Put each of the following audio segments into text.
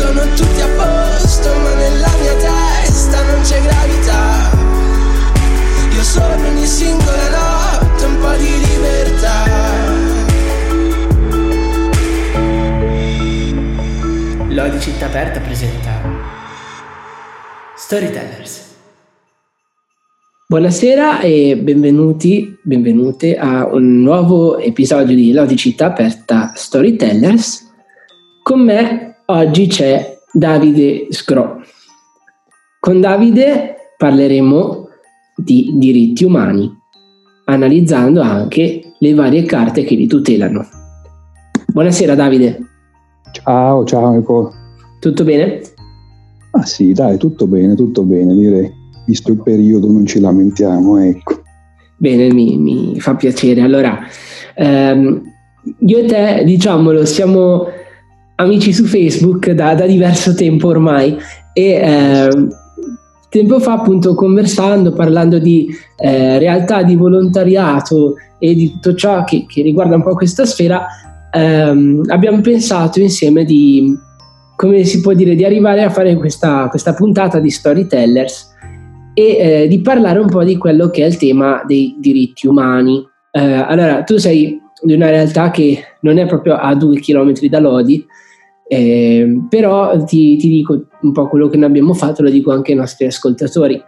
sono tutti a posto, ma nella mia testa non c'è gravità. Io sono ogni singola notte un po' di libertà. Lodi Città Aperta presenta Storytellers. Buonasera e benvenute a un nuovo episodio di Lodi Città Aperta Storytellers. Con me oggi c'è Davide Scro. Con Davide parleremo di diritti umani, analizzando anche le varie carte che li tutelano. Buonasera Davide. Ciao Enrico. Tutto bene? Ah sì, dai, tutto bene, direi. Visto il periodo non ci lamentiamo, ecco. Bene, mi fa piacere. Allora, io e te, diciamolo, siamo amici su Facebook da diverso tempo ormai e tempo fa, appunto, parlando di realtà di volontariato e di tutto ciò che riguarda un po' questa sfera, abbiamo pensato insieme di, come si può dire, di arrivare a fare questa puntata di Storytellers e di parlare un po' di quello che è il tema dei diritti umani. Allora, tu sei di una realtà che non è proprio a 2 chilometri da Lodi, però ti dico un po' quello che ne abbiamo fatto, lo dico anche ai nostri ascoltatori.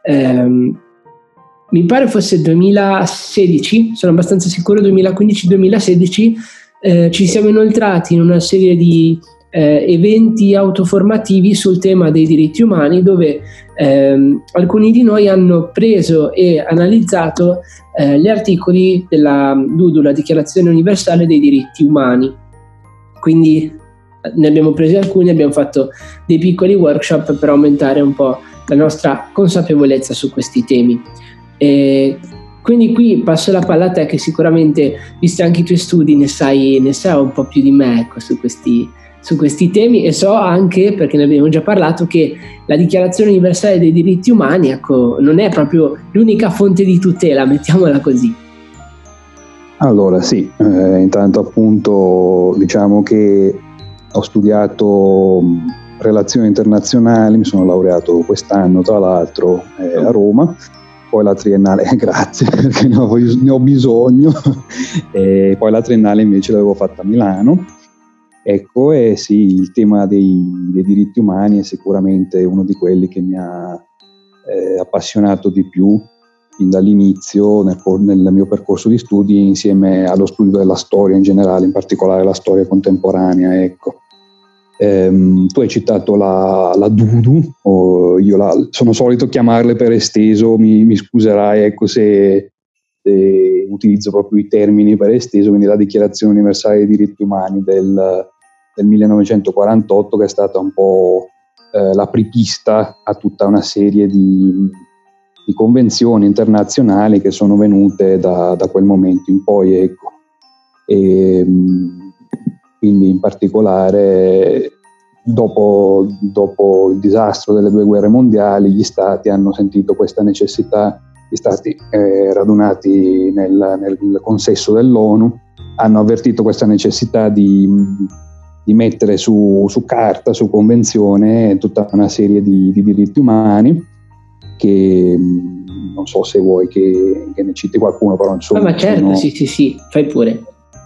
Mi pare fosse 2016, sono abbastanza sicuro, 2015-2016, ci siamo inoltrati in una serie di eventi autoformativi sul tema dei diritti umani, dove alcuni di noi hanno preso e analizzato gli articoli della DUDU, la Dichiarazione Universale dei Diritti Umani. Quindi ne abbiamo presi alcuni, abbiamo fatto dei piccoli workshop per aumentare un po' la nostra consapevolezza su questi temi. Quindi qui passo la palla a te, che sicuramente, visti anche i tuoi studi, ne sai un po' più di me, ecco, su questi temi, e so anche, perché ne abbiamo già parlato, che la Dichiarazione Universale dei Diritti Umani, ecco, non è proprio l'unica fonte di tutela, mettiamola così. Allora sì, intanto appunto diciamo che ho studiato relazioni internazionali, mi sono laureato quest'anno tra l'altro a Roma, poi la triennale, grazie perché ne ho bisogno, e poi la triennale invece l'avevo fatta a Milano. Ecco, e sì, il tema dei diritti umani è sicuramente uno di quelli che mi ha appassionato di più fin dall'inizio nel mio percorso di studi, insieme allo studio della storia in generale, in particolare la storia contemporanea, ecco. Tu hai citato la DUDU, io sono solito chiamarle per esteso, mi scuserai, ecco, se utilizzo proprio i termini per esteso, quindi la Dichiarazione Universale dei Diritti Umani del 1948, che è stata un po' l'apripista a tutta una serie di convenzioni internazionali che sono venute da quel momento in poi, ecco. E quindi in particolare dopo il disastro delle 2 guerre mondiali, gli stati hanno sentito questa necessità. Gli stati radunati nel consesso dell'ONU hanno avvertito questa necessità di mettere su carta, su convenzione, tutta una serie di diritti umani, che non so se vuoi che ne citi qualcuno, però insomma. Ma certo, sì, fai pure.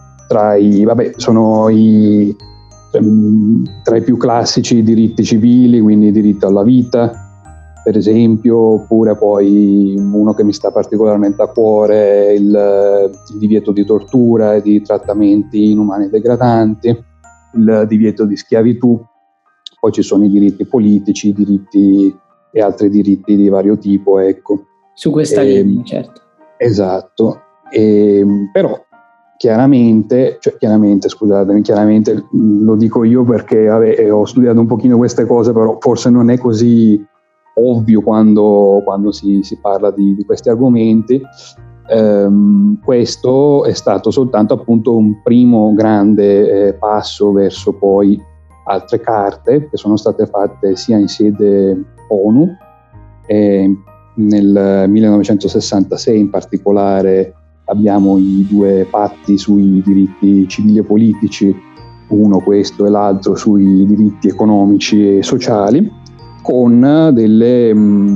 Sono tra i più classici i diritti civili, quindi il diritto alla vita, per esempio, oppure poi uno che mi sta particolarmente a cuore è il divieto di tortura e di trattamenti inumani e degradanti, il divieto di schiavitù. Poi ci sono i diritti politici, e altri diritti di vario tipo, ecco. Su questa linea, certo. Esatto. Però chiaramente lo dico io perché ho studiato un pochino queste cose, però forse non è così ovvio quando si parla di questi argomenti. Questo è stato soltanto appunto un primo grande passo verso poi altre carte che sono state fatte sia in sede ONU, nel 1966 in particolare abbiamo i 2 patti sui diritti civili e politici uno questo e l'altro sui diritti economici e sociali, con dei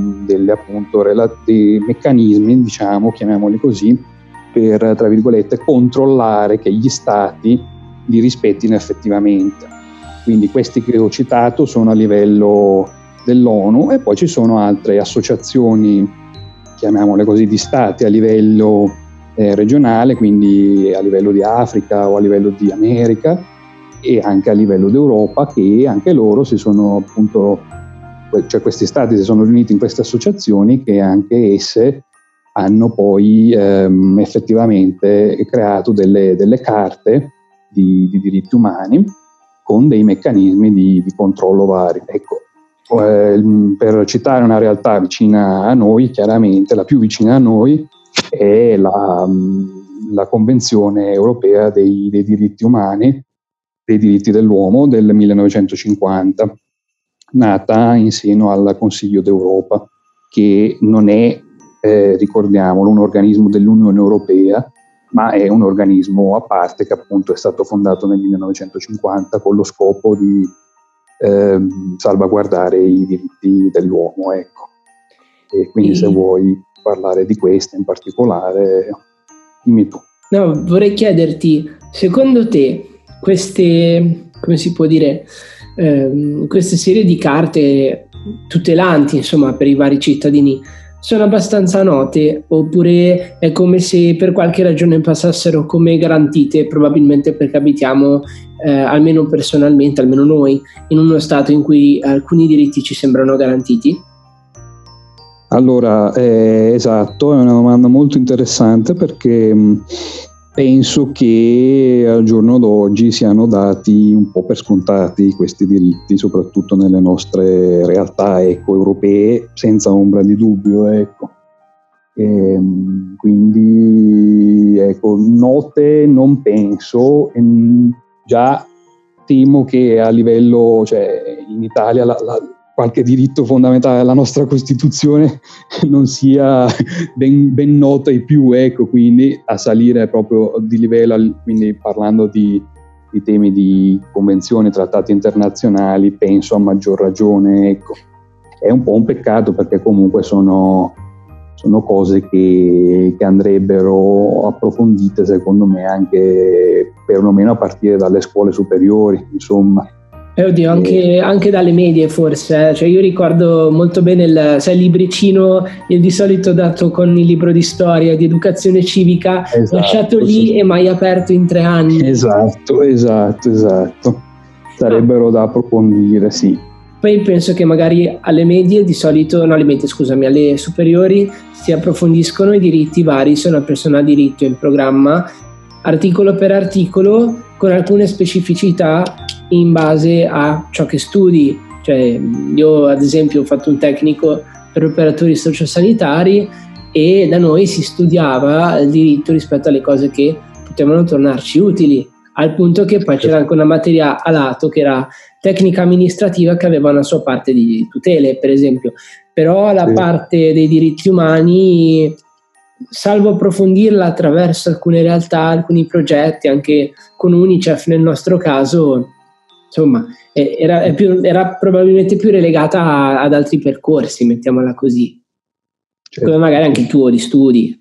meccanismi, diciamo, chiamiamoli così, per, tra virgolette, controllare che gli stati li rispettino effettivamente. Quindi questi che ho citato sono a livello dell'ONU, e poi ci sono altre associazioni, chiamiamole così, di stati a livello regionale, quindi a livello di Africa o a livello di America, e anche a livello d'Europa, che anche loro si sono appunto, cioè questi stati si sono riuniti in queste associazioni, che anche esse hanno poi effettivamente creato delle carte di diritti umani con dei meccanismi di controllo vari. Ecco, per citare una realtà vicina a noi, chiaramente la più vicina a noi è la Convenzione europea dei diritti umani, dei diritti dell'uomo del 1950, nata in seno al Consiglio d'Europa, che non è, ricordiamolo, un organismo dell'Unione Europea, ma è un organismo a parte che appunto è stato fondato nel 1950 con lo scopo di salvaguardare i diritti dell'uomo, ecco. E quindi se vuoi parlare di queste in particolare, dimmi tu. No, vorrei chiederti, secondo te queste, come si può dire, queste serie di carte tutelanti, insomma, per i vari cittadini sono abbastanza note, oppure è come se per qualche ragione passassero come garantite, probabilmente perché abitiamo, almeno personalmente, almeno noi, in uno stato in cui alcuni diritti ci sembrano garantiti? Allora, esatto, è una domanda molto interessante, perché penso che al giorno d'oggi siano dati un po' per scontati questi diritti, soprattutto nelle nostre realtà, ecco, europee, senza ombra di dubbio, ecco. Quindi, ecco, note non penso, già temo che a livello, cioè in Italia qualche diritto fondamentale della nostra Costituzione non sia ben noto ai più, ecco, quindi a salire proprio di livello, quindi parlando di temi di convenzioni, trattati internazionali, penso a maggior ragione, ecco. È un po' un peccato, perché comunque sono cose che andrebbero approfondite, secondo me, anche perlomeno a partire dalle scuole superiori, insomma. Oddio, anche dalle medie forse, cioè io ricordo molto bene il libricino, io di solito dato con il libro di storia, di educazione civica, esatto, lasciato lì, sì, e mai aperto in 3 anni. Esatto, sarebbero da approfondire, sì. Poi penso che magari alle medie di solito, no, alle superiori si approfondiscono i diritti vari, se una persona ha diritto in programma, articolo per articolo, con alcune specificità in base a ciò che studi. Cioè, io ad esempio ho fatto un tecnico per operatori sociosanitari, e da noi si studiava il diritto rispetto alle cose che potevano tornarci utili, al punto che poi c'era anche una materia a lato che era tecnica amministrativa, che aveva una sua parte di tutele, per esempio. Però la parte dei diritti umani, salvo approfondirla attraverso alcune realtà, alcuni progetti, anche con UNICEF nel nostro caso, insomma, era probabilmente più relegata ad altri percorsi, mettiamola così, come magari anche il tuo di studi.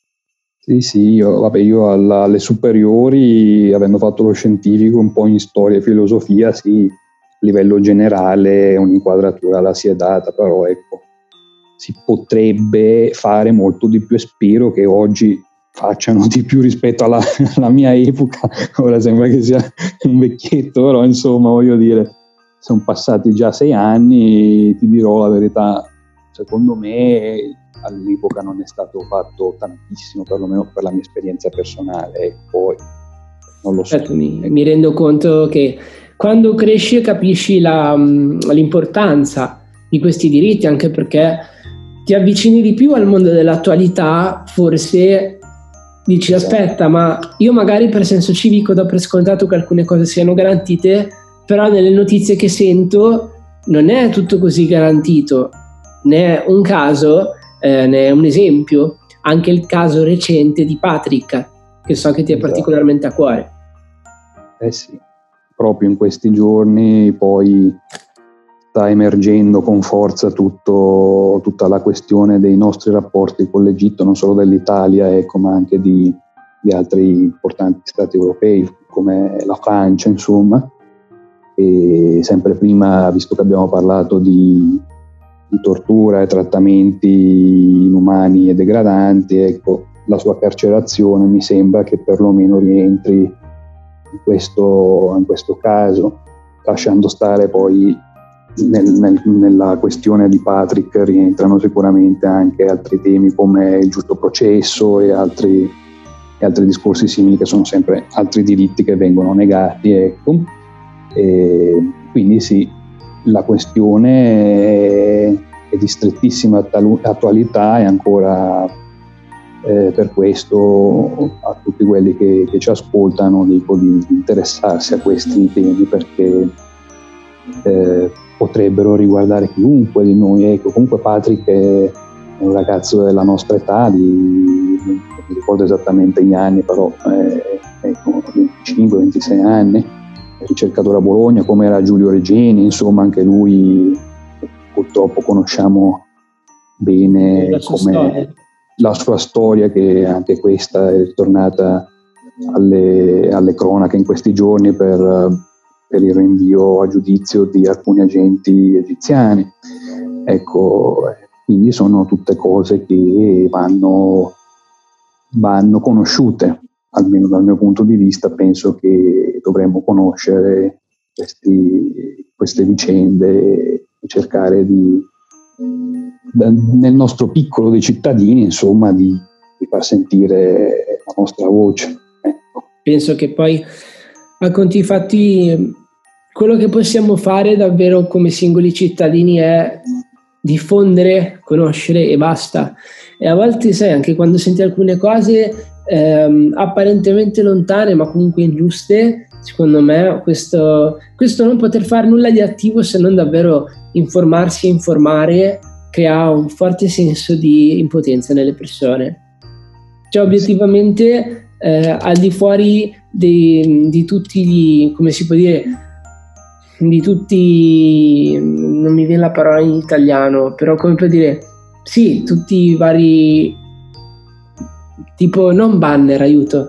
Sì, io alle superiori, avendo fatto lo scientifico un po' in storia e filosofia, sì, a livello generale un'inquadratura la si è data, però ecco, si potrebbe fare molto di più, e spero che oggi facciano di più rispetto alla mia epoca. Ora sembra che sia un vecchietto, però insomma, voglio dire, sono passati già 6 anni, ti dirò la verità, secondo me all'epoca non è stato fatto tantissimo, perlomeno per la mia esperienza personale, e poi non lo so. Certo, mi rendo conto che quando cresci capisci l'importanza di questi diritti, anche perché ti avvicini di più al mondo dell'attualità, forse dici aspetta, ma io magari per senso civico do per scontato che alcune cose siano garantite, però nelle notizie che sento non è tutto così garantito. Ne è un caso, ne è un esempio, anche il caso recente di Patrick, che so che ti è particolarmente a cuore. Sì, proprio in questi giorni poi sta emergendo con forza tutta la questione dei nostri rapporti con l'Egitto, non solo dell'Italia, ma anche di altri importanti stati europei come la Francia, insomma. E sempre prima, visto che abbiamo parlato di tortura e trattamenti inumani e degradanti, ecco, la sua carcerazione mi sembra che perlomeno rientri in questo caso, lasciando stare poi nella questione di Patrick rientrano sicuramente anche altri temi come il giusto processo e altri discorsi simili, che sono sempre altri diritti che vengono negati, ecco. E quindi sì, la questione è di strettissima attualità e ancora per questo a tutti quelli che ci ascoltano dico di interessarsi a questi temi, perché potrebbero riguardare chiunque di noi, ecco. Comunque Patrick è un ragazzo della nostra età, non mi ricordo esattamente gli anni, però ecco, 25-26 anni, ricercatore a Bologna, come era Giulio Regeni, insomma anche lui purtroppo conosciamo bene la sua storia, che anche questa è ritornata alle cronache in questi giorni per il rinvio a giudizio di alcuni agenti egiziani. Ecco, quindi sono tutte cose che vanno conosciute, almeno dal mio punto di vista. Penso che dovremmo conoscere queste vicende e cercare nel nostro piccolo dei cittadini, insomma, di far sentire la nostra voce. Ecco. Penso che poi, a conti fatti, quello che possiamo fare davvero come singoli cittadini è diffondere, conoscere e basta. E a volte, sai, anche quando senti alcune cose apparentemente lontane ma comunque ingiuste, secondo me questo non poter fare nulla di attivo se non davvero informarsi e informare crea un forte senso di impotenza nelle persone. Cioè, obiettivamente, al di fuori di tutti come si può dire, di tutti, non mi viene la parola in italiano, però come per dire, sì, tutti i vari, tipo, non banner, aiuto,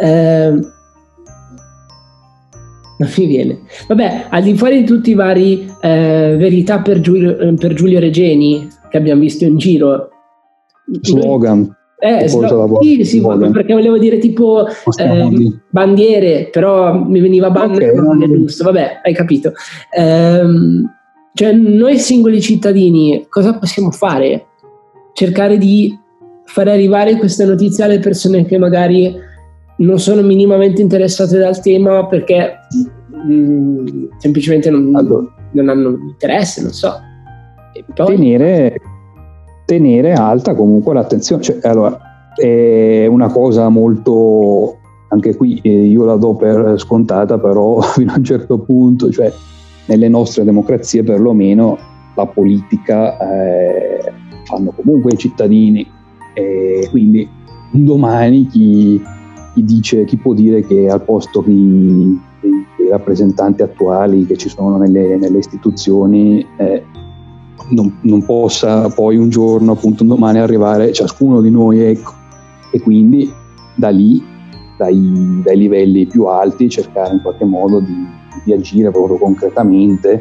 non mi viene, vabbè, al di fuori di tutti i vari verità per Giulio Regeni che abbiamo visto in giro, slogan, sì, perché volevo dire tipo bandiere, però mi veniva banner, okay, giusto, vabbè, hai capito. Cioè, noi singoli cittadini cosa possiamo fare? Cercare di fare arrivare queste notizie alle persone che magari non sono minimamente interessate dal tema, perché semplicemente non hanno interesse, non so. E poi tenere alta comunque l'attenzione. Cioè, allora, è una cosa molto, anche qui io la do per scontata, però fino a un certo punto, cioè nelle nostre democrazie perlomeno la politica fanno comunque i cittadini, quindi domani chi può dire che al posto dei rappresentanti attuali che ci sono nelle istituzioni non possa poi un giorno, appunto un domani, arrivare ciascuno di noi, ecco, e quindi da lì, dai livelli più alti, cercare in qualche modo di agire proprio concretamente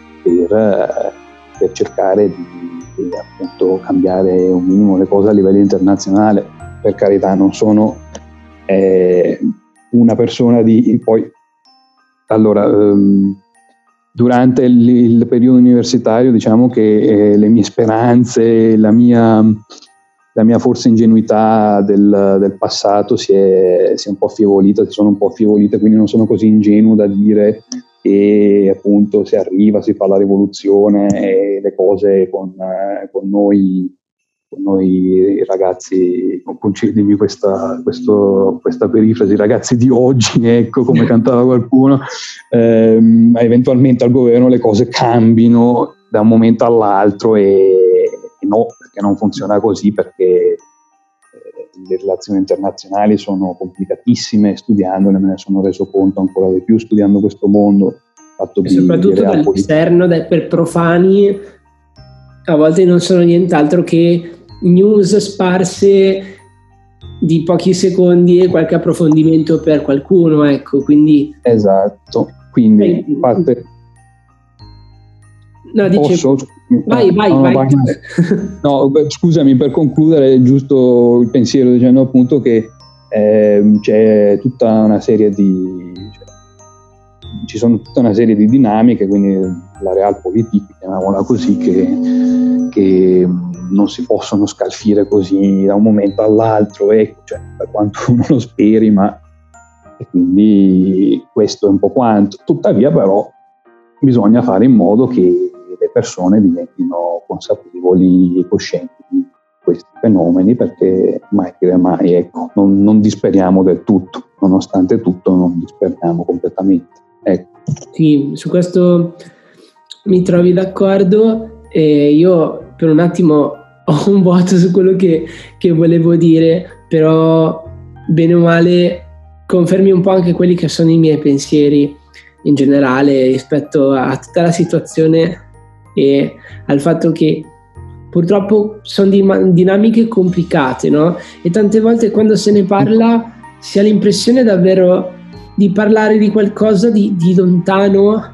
per cercare di appunto cambiare un minimo le cose a livello internazionale. Per carità, non sono una persona durante il periodo universitario, diciamo che le mie speranze, la mia forse ingenuità del passato si sono un po' affievolite, quindi non sono così ingenuo da dire che appunto si arriva, si fa la rivoluzione e le cose con noi ragazzi, concedimi questa perifrasi, ragazzi di oggi, ecco, come cantava qualcuno, eventualmente al governo le cose cambino da un momento all'altro, e no, perché non funziona così, perché le relazioni internazionali sono complicatissime, studiandole me ne sono reso conto ancora di più studiando questo mondo. Fatto e soprattutto dall'esterno, per profani, a volte non sono nient'altro che news sparse di pochi secondi e qualche approfondimento per qualcuno, ecco, quindi... Esatto, quindi parte... No, posso? Vai. No, scusami, per concludere giusto il pensiero, dicendo appunto che c'è tutta una serie ci sono tutta una serie di dinamiche, quindi la realpolitik, chiamiamola così, che non si possono scalfire così da un momento all'altro, cioè, per quanto uno lo speri, ma e quindi questo è un po' quanto. Tuttavia però bisogna fare in modo che le persone diventino consapevoli e coscienti di questi fenomeni, perché mai dire mai, ecco, non disperiamo del tutto, nonostante tutto non disperiamo completamente. Ecco. Sì, su questo mi trovi d'accordo, e io per un attimo ho un vuoto su quello che volevo dire, però bene o male confermi un po' anche quelli che sono i miei pensieri in generale rispetto a tutta la situazione e al fatto che purtroppo sono dinamiche complicate, no? E tante volte quando se ne parla si ha l'impressione davvero di parlare di qualcosa di lontano,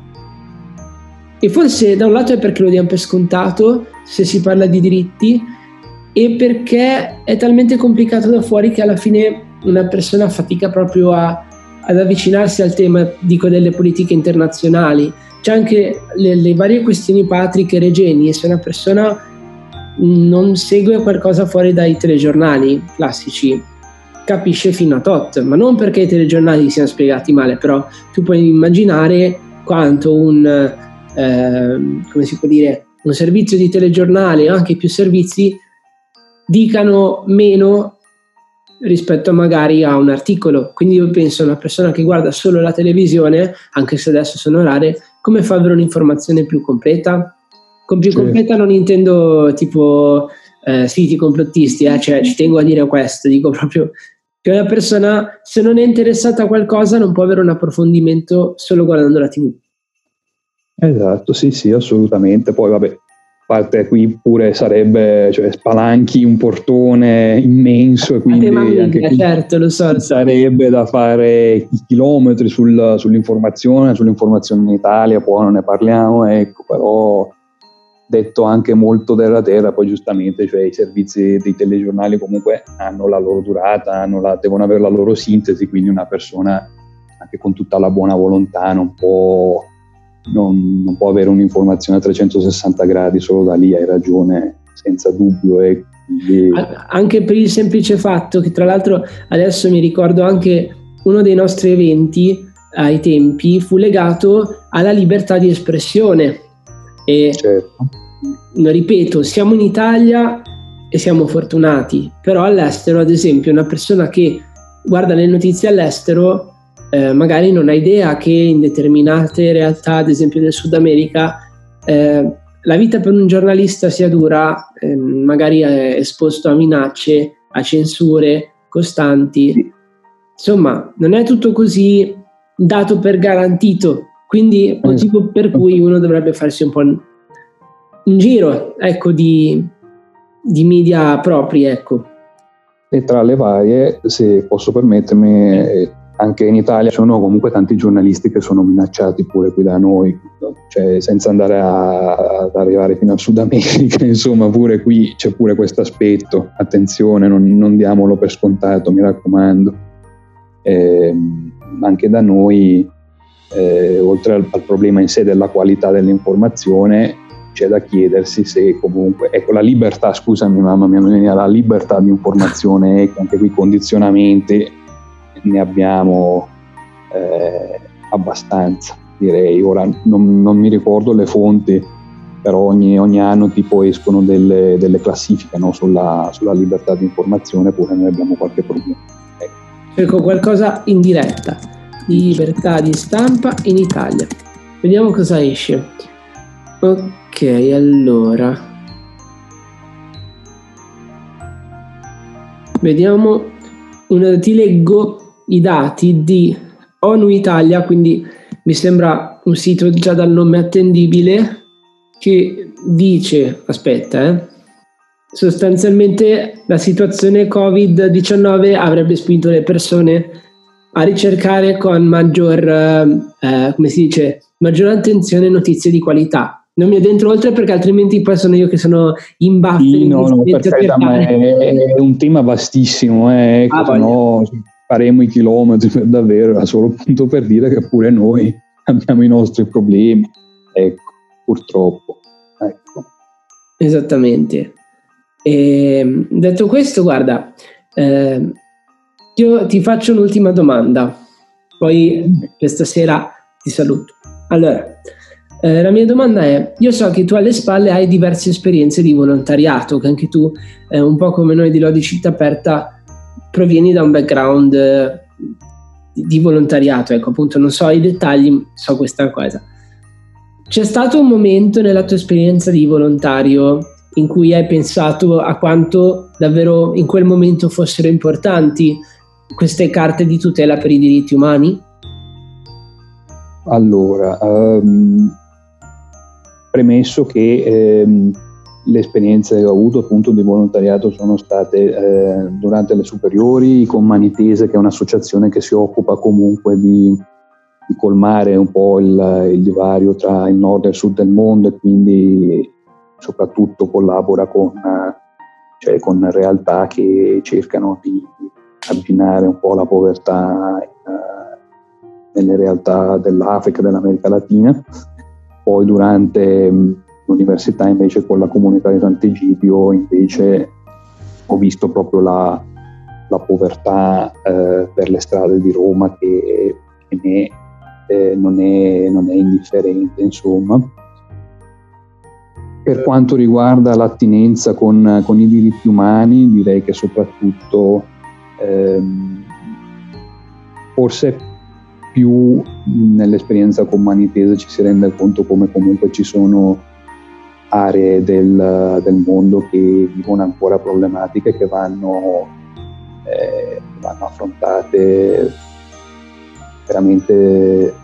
e forse da un lato è perché lo diamo per scontato se si parla di diritti, e perché è talmente complicato da fuori che alla fine una persona fatica proprio ad avvicinarsi al tema, dico, delle politiche internazionali. C'è anche le varie questioni patriche regeni, e se una persona non segue qualcosa fuori dai telegiornali classici capisce fino a tot, ma non perché i telegiornali siano spiegati male, però tu puoi immaginare quanto un come si può dire, un servizio di telegiornale o anche più servizi dicano meno rispetto magari a un articolo. Quindi io penso a una persona che guarda solo la televisione, anche se adesso sono rare, come fa ad avere un'informazione più completa? Con più completa non intendo tipo siti complottisti, cioè ci tengo a dire questo, dico proprio che una persona, se non è interessata a qualcosa, non può avere un approfondimento solo guardando la TV. Esatto, sì, assolutamente. Poi vabbè, parte qui pure sarebbe, cioè spalanchi un portone immenso, e quindi anche qui certo, lo so. Sarebbe da fare chilometri sull'informazione in Italia, poi non ne parliamo, ecco, però detto anche molto terra terra, poi giustamente, cioè i servizi dei telegiornali comunque hanno la loro durata, devono avere la loro sintesi, quindi una persona anche con tutta la buona volontà non può avere un'informazione a 360 gradi solo da lì, hai ragione, senza dubbio. Anche per il semplice fatto che, tra l'altro, adesso mi ricordo anche uno dei nostri eventi ai tempi fu legato alla libertà di espressione, e certo, ripeto, siamo in Italia e siamo fortunati, però all'estero, ad esempio, una persona che guarda le notizie all'estero magari non ha idea che in determinate realtà, ad esempio nel Sud America, la vita per un giornalista sia dura, magari è esposto a minacce, a censure costanti. Insomma, non è tutto così dato per garantito, quindi motivo per cui uno dovrebbe farsi un po' un giro, ecco, di media propri, ecco. E tra le varie, se posso permettermi, anche in Italia ci sono comunque tanti giornalisti che sono minacciati pure qui da noi, cioè senza andare ad arrivare fino al Sud America, insomma pure qui c'è pure questo aspetto, attenzione, non diamolo per scontato, mi raccomando. Anche da noi, oltre al problema in sé della qualità dell'informazione, c'è da chiedersi se comunque, ecco, la libertà, scusami mamma mia, la libertà di informazione, ecco, anche qui condizionamenti ne abbiamo abbastanza, direi. Ora non mi ricordo le fonti, però ogni anno tipo escono delle classifiche, no, sulla libertà di informazione, pure noi abbiamo qualche problema. Cerco qualcosa in diretta, libertà di stampa in Italia, vediamo cosa esce. Ok, allora vediamo, ti leggo i dati di ONU Italia, quindi mi sembra un sito già dal nome attendibile, che dice, sostanzialmente la situazione Covid-19 avrebbe spinto le persone a ricercare con maggior attenzione notizie di qualità. Non mi addentro oltre perché altrimenti poi sono io che sono in baffe. Sì, no, perfetto, ma è un tema vastissimo, no, faremo i chilometri per davvero, era solo appunto per dire che pure noi abbiamo i nostri problemi, ecco, purtroppo. Ecco. Esattamente. E detto questo, guarda, io ti faccio un'ultima domanda, poi questa sera ti saluto. Allora, la mia domanda è: io so che tu alle spalle hai diverse esperienze di volontariato, che anche tu, un po' come noi di Lodi Città Aperta, provieni da un background di volontariato, ecco, appunto non so i dettagli, so questa cosa. C'è stato un momento nella tua esperienza di volontario in cui hai pensato a quanto davvero in quel momento fossero importanti queste carte di tutela per i diritti umani? Allora, premesso che le esperienze che ho avuto appunto di volontariato sono state durante le superiori con Manitese, che è un'associazione che si occupa comunque di colmare un po' il divario tra il nord e il sud del mondo, e quindi soprattutto collabora con realtà che cercano di arginare un po' la povertà nelle realtà dell'Africa e dell'America Latina. Poi durante l'università invece con la comunità di Sant'Egidio invece ho visto proprio la povertà per le strade di Roma, che non è indifferente, insomma. Per quanto riguarda l'attinenza con i diritti umani, direi che soprattutto forse più nell'esperienza con Manitese ci si rende conto come comunque ci sono aree del mondo che vivono ancora problematiche che vanno affrontate veramente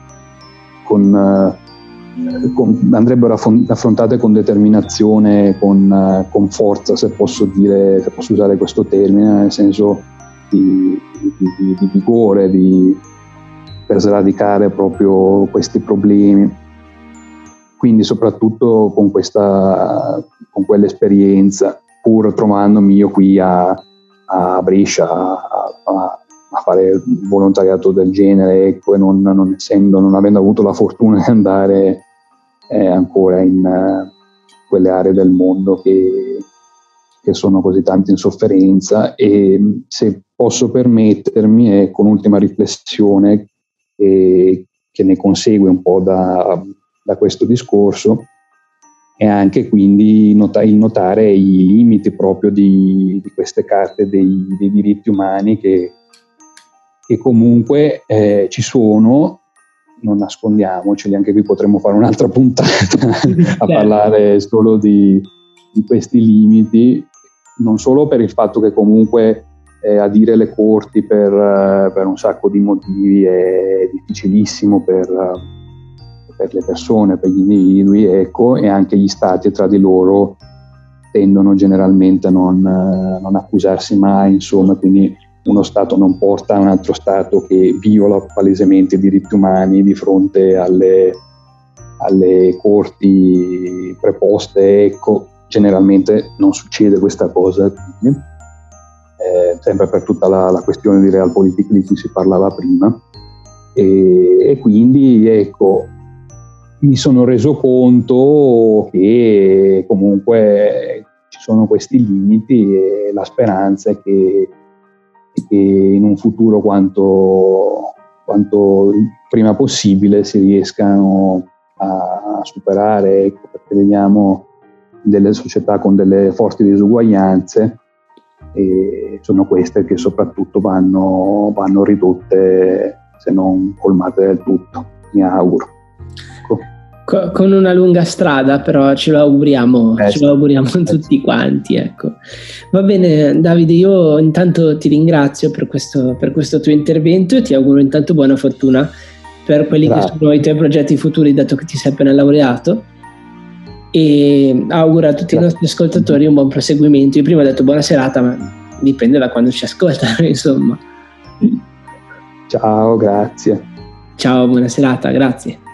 andrebbero affrontate con determinazione, con forza, se posso usare questo termine, nel senso di vigore, per sradicare proprio questi problemi. Quindi soprattutto con quell'esperienza, pur trovandomi io qui a Brescia a fare volontariato del genere, ecco, e non avendo avuto la fortuna di andare ancora in quelle aree del mondo che sono così tanto in sofferenza. E se posso permettermi, con un'ultima riflessione che ne consegue un po' da questo discorso, e anche quindi il notare i limiti proprio di queste carte dei diritti umani che comunque ci sono, non nascondiamoceli, anche qui potremmo fare un'altra puntata a parlare solo di questi limiti, non solo per il fatto che comunque adire le corti per un sacco di motivi è difficilissimo per le persone, per gli individui, ecco, e anche gli stati tra di loro tendono generalmente a non accusarsi mai, insomma, quindi uno Stato non porta un altro Stato che viola palesemente i diritti umani di fronte alle corti preposte, ecco. Generalmente non succede questa cosa, quindi, sempre per tutta la questione di realpolitik di cui si parlava prima, e quindi ecco, mi sono reso conto che comunque ci sono questi limiti, e la speranza è che in un futuro quanto prima possibile si riescano a superare, ecco, perché vediamo delle società con delle forti disuguaglianze, e sono queste che soprattutto vanno ridotte, se non colmate del tutto, mi auguro. Con una lunga strada, però ce lo auguriamo tutti quanti, ecco. Va bene Davide, io intanto ti ringrazio per questo tuo intervento e ti auguro intanto buona fortuna per quelli che sono i tuoi progetti futuri, dato che ti sei appena laureato, e auguro a tutti i nostri ascoltatori un buon proseguimento. Io prima ho detto buona serata, ma dipende da quando ci ascoltano, insomma. Ciao, grazie. Ciao, buona serata, grazie.